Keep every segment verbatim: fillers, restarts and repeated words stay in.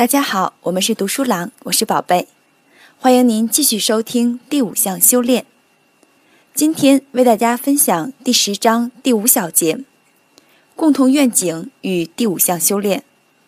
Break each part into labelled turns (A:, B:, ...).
A: 大家好，我们是读书郎，我是宝贝，欢迎您继续收听第五项修炼。今天为大家分享第十章第五小节，共同愿景与第五项修炼。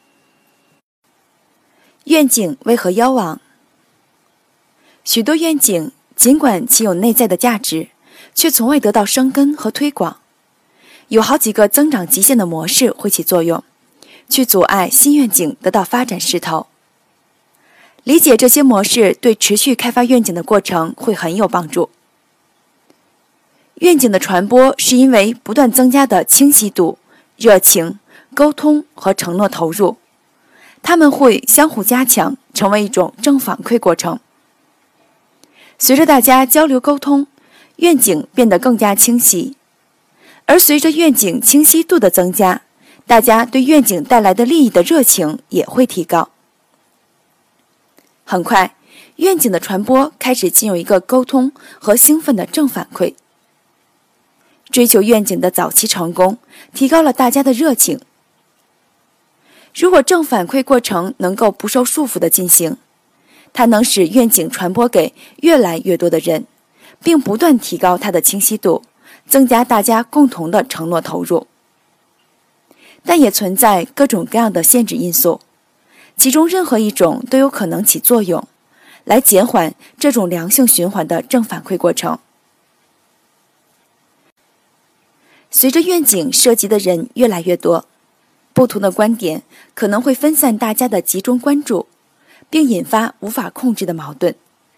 A: 愿景为何夭亡？许多愿景尽管其有内在的价值，却从未得到生根和推广。有好几个增长极限的模式会起作用，去阻碍新愿景得到发展势头。理解这些模式对持续开发愿景的过程会很有帮助。愿景的传播是因为不断增加的清晰度、热情、沟通和承诺投入，它们会相互加强，成为一种正反馈过程。随着大家交流沟通，愿景变得更加清晰，而随着愿景清晰度的增加，大家对愿景带来的利益的热情也会提高。很快，愿景的传播开始进入一个沟通和兴奋的正反馈。追求愿景的早期成功，提高了大家的热情。如果正反馈过程能够不受束缚地进行，它能使愿景传播给越来越多的人，并不断提高它的清晰度，增加大家共同的承诺投入。但也存在各种各样的限制因素，其中任何一种都有可能起作用，来减缓这种良性循环的正反馈过程。随着愿景涉及的人越来越多，不同的观点可能会分散大家的集中关注，并引发无法控制的矛盾。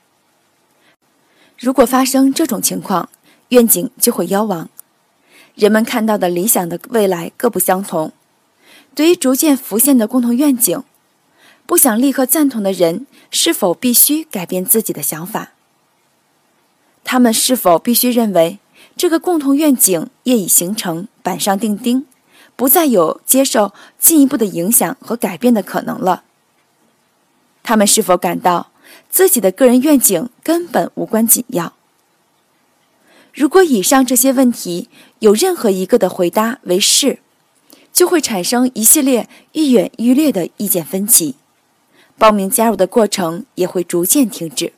A: 如果发生这种情况，愿景就会夭亡。人们看到的理想的未来各不相同。对于逐渐浮现的共同愿景，不想立刻赞同的人是否必须改变自己的想法？他们是否必须认为这个共同愿景业已形成，板上钉钉，不再有接受进一步的影响和改变的可能了？他们是否感到自己的个人愿景根本无关紧要？如果以上这些问题有任何一个的回答为是，就会产生一系列愈演愈烈的意见分歧，报名加入的过程也会逐渐停止。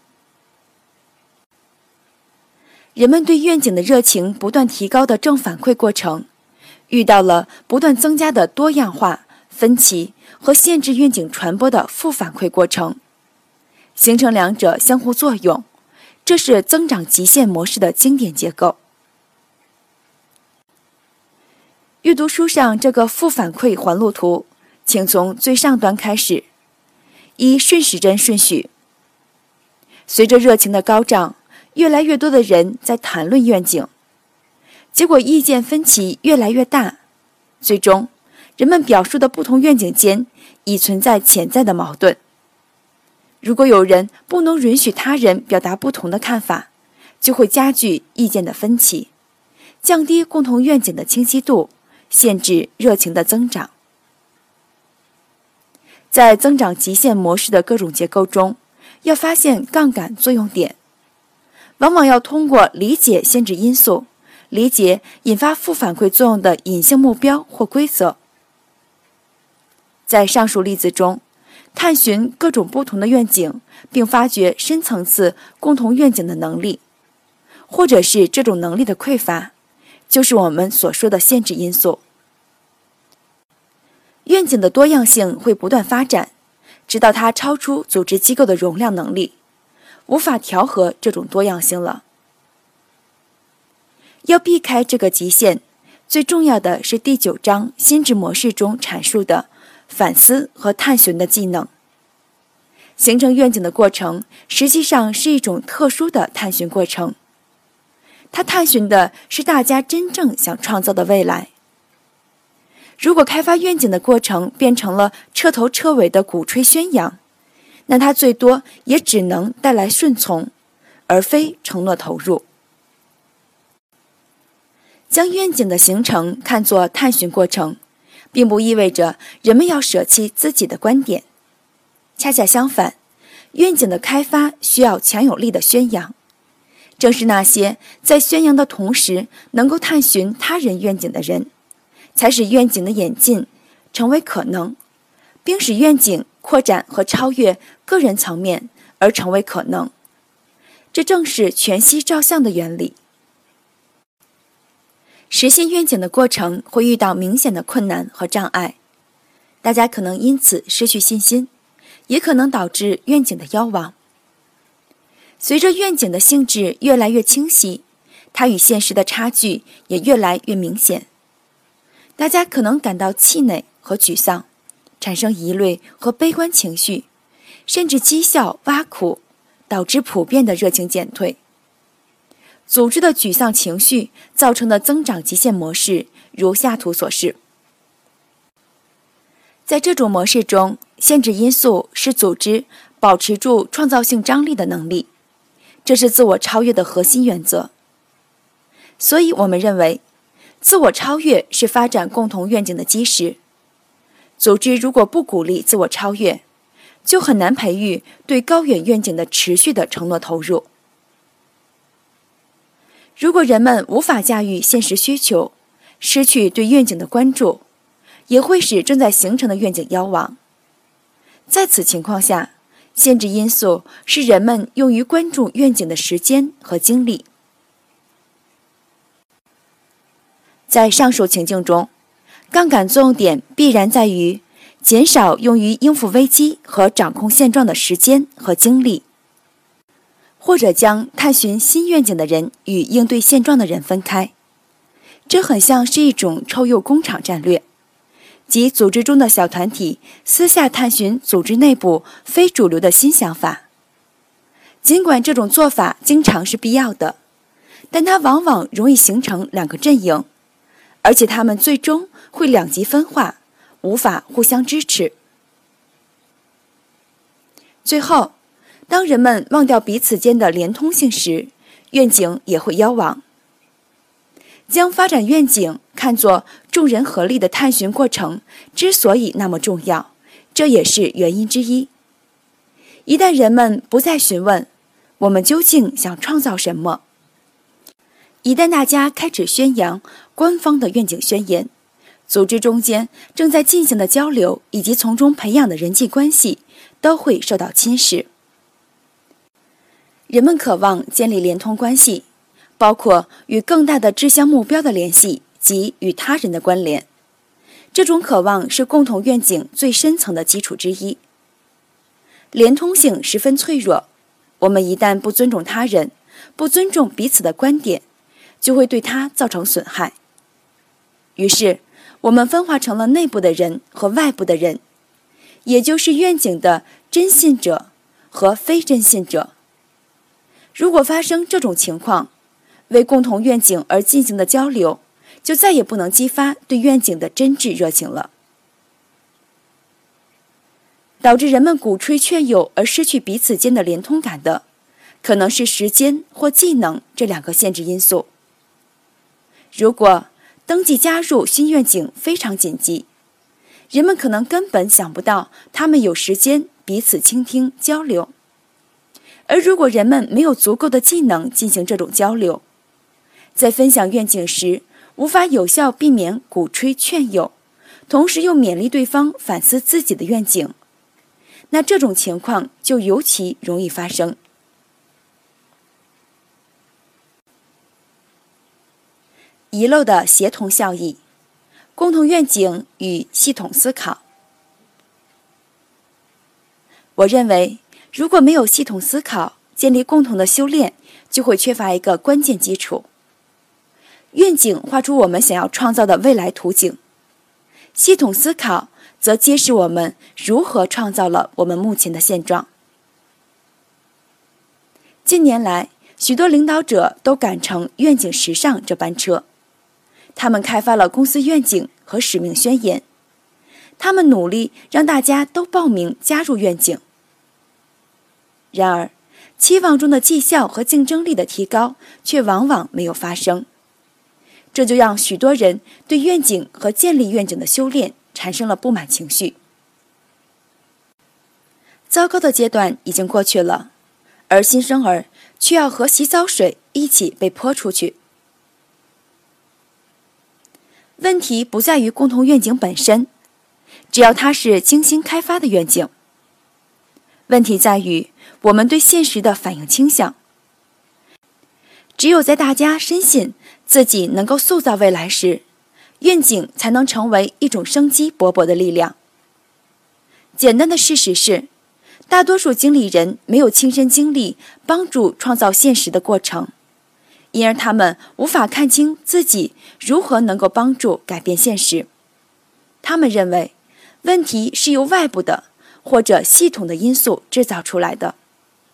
A: 人们对愿景的热情不断提高的正反馈过程，遇到了不断增加的多样化、分歧和限制愿景传播的负反馈过程，形成两者相互作用。这是增长极限模式的经典结构。阅读书上这个负反馈环路图，请从最上端开始，依顺时针顺序。随着热情的高涨，越来越多的人在谈论愿景，结果意见分歧越来越大，最终人们表述的不同愿景间已存在潜在的矛盾。如果有人不能允许他人表达不同的看法，就会加剧意见的分歧，降低共同愿景的清晰度，限制热情的增长。在增长极限模式的各种结构中，要发现杠杆作用点，往往要通过理解限制因素，理解引发负反馈作用的隐性目标或规则。在上述例子中，探寻各种不同的愿景，并发掘深层次共同愿景的能力，或者是这种能力的匮乏，就是我们所说的限制因素。愿景的多样性会不断发展，直到它超出组织机构的容量能力，无法调和这种多样性了。要避开这个极限，最重要的是第九章心智模式中阐述的反思和探寻的技能。形成愿景的过程实际上是一种特殊的探寻过程，它探寻的是大家真正想创造的未来。如果开发愿景的过程变成了彻头彻尾的鼓吹宣扬，那它最多也只能带来顺从，而非承诺投入。将愿景的形成看作探寻过程，并不意味着人们要舍弃自己的观点。恰恰相反，愿景的开发需要强有力的宣扬。正是那些在宣扬的同时能够探寻他人愿景的人，才使愿景的演进成为可能， 并使愿景扩展和超越个人层面而成为可能。这正是全息照相的原理。实现愿景的过程会遇到明显的困难和障碍，大家可能因此失去信心，也可能导致愿景的夭亡。随着愿景的性质越来越清晰，它与现实的差距也越来越明显。大家可能感到气馁和沮丧，产生疑虑和悲观情绪，甚至讥笑、挖苦，导致普遍的热情减退。组织的沮丧情绪造成的增长极限模式如下图所示。在这种模式中，限制因素是组织保持住创造性张力的能力，这是自我超越的核心原则。所以我们认为，自我超越是发展共同愿景的基石。组织如果不鼓励自我超越，就很难培育对高远愿景的持续的承诺投入。如果人们无法驾驭现实需求，失去对愿景的关注，也会使正在形成的愿景夭亡。在此情况下，限制因素是人们用于关注愿景的时间和精力。在上述情境中，杠杆作用点必然在于减少用于应付危机和掌控现状的时间和精力，或者将探寻新愿景的人与应对现状的人分开。这很像是一种臭鼬工厂战略，即组织中的小团体私下探寻组织内部非主流的新想法。尽管这种做法经常是必要的，但它往往容易形成两个阵营，而且他们最终会两极分化，无法互相支持。最后，当人们忘掉彼此间的连通性时，愿景也会夭亡。将发展愿景看作众人合力的探寻过程之所以那么重要，这也是原因之一。一旦人们不再询问我们究竟想创造什么，一旦大家开始宣扬官方的愿景宣言，组织中间正在进行的交流以及从中培养的人际关系都会受到侵蚀。人们渴望建立连通关系，包括与更大的志向目标的联系及与他人的关联。这种渴望是共同愿景最深层的基础之一。连通性十分脆弱，我们一旦不尊重他人，不尊重彼此的观点，就会对它造成损害。于是，我们分化成了内部的人和外部的人，也就是愿景的真信者和非真信者。如果发生这种情况，为共同愿景而进行的交流，就再也不能激发对愿景的真挚热情了。导致人们鼓吹劝诱而失去彼此间的连通感的，可能是时间或技能这两个限制因素。如果登记加入新愿景非常紧急，人们可能根本想不到他们有时间彼此倾听交流。而如果人们没有足够的技能进行这种交流，在分享愿景时无法有效避免鼓吹劝诱，同时又勉励对方反思自己的愿景，那这种情况就尤其容易发生。遗漏的协同效益，共同愿景与系统思考。我认为，如果没有系统思考，建立共同的修炼就会缺乏一个关键基础。愿景画出我们想要创造的未来图景，系统思考则揭示我们如何创造了我们目前的现状。近年来，许多领导者都赶乘愿景时尚这班车，他们开发了公司愿景和使命宣言，他们努力让大家都报名加入愿景。然而，期望中的绩效和竞争力的提高却往往没有发生，这就让许多人对愿景和建立愿景的修炼产生了不满情绪。糟糕的阶段已经过去了，而新生儿却要和洗澡水一起被泼出去。问题不在于共同愿景本身， 只要它是精心开发的愿景。问题在于我们对现实的反应倾向。只有在大家深信自己能够塑造未来时，愿景才能成为一种生机勃勃的力量。简单的事实是，大多数经理人没有亲身经历帮助创造现实的过程，因而他们无法看清自己如何能够帮助改变现实。他们认为问题是由外部的或者系统的因素制造出来的。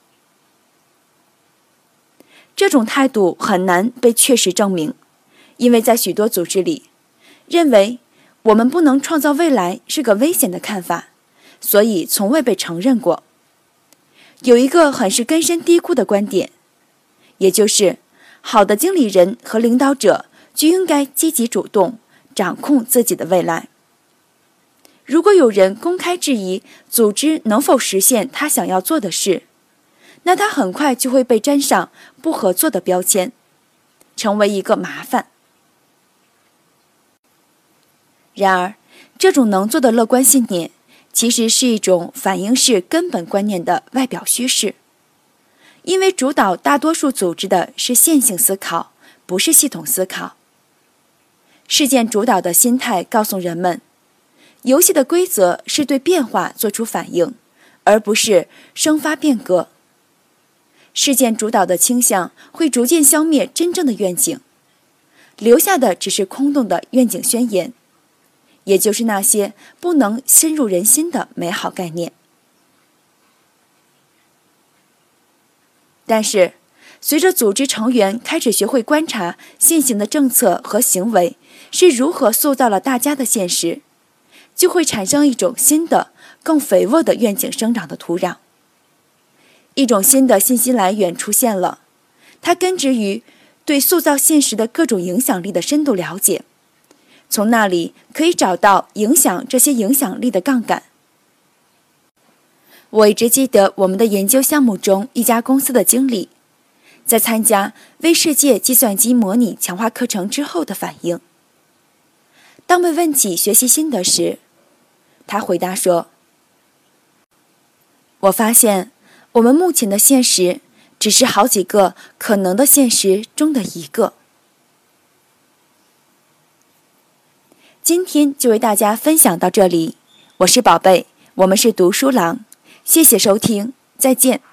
A: 这种态度很难被确实证明，因为在许多组织里，认为我们不能创造未来是个危险的看法，所以从未被承认过。有一个很是根深蒂固的观点，也就是好的经理人和领导者就应该积极主动，掌控自己的未来。如果有人公开质疑组织能否实现他想要做的事，那他很快就会被沾上不合作的标签，成为一个麻烦。然而，这种能做的乐观信念其实是一种反映式根本观念的外表虚饰，因为主导大多数组织的是线性思考，不是系统思考。事件主导的心态告诉人们，游戏的规则是对变化做出反应，而不是生发变革。事件主导的倾向会逐渐消灭真正的愿景，留下的只是空洞的愿景宣言，也就是那些不能深入人心的美好概念。但是，随着组织成员开始学会观察现行的政策和行为是如何塑造了大家的现实，就会产生一种新的、更肥沃的愿景生长的土壤。一种新的信息来源出现了，它根植于对塑造现实的各种影响力的深度了解，从那里可以找到影响这些影响力的杠杆。我一直记得我们的研究项目中一家公司的经理，在参加微世界计算机模拟强化课程之后的反应。当被问起学习心得时，他回答说：我发现我们目前的现实只是好几个可能的现实中的一个。今天就为大家分享到这里，我是宝贝，我们是读书郎，谢谢收听，再见。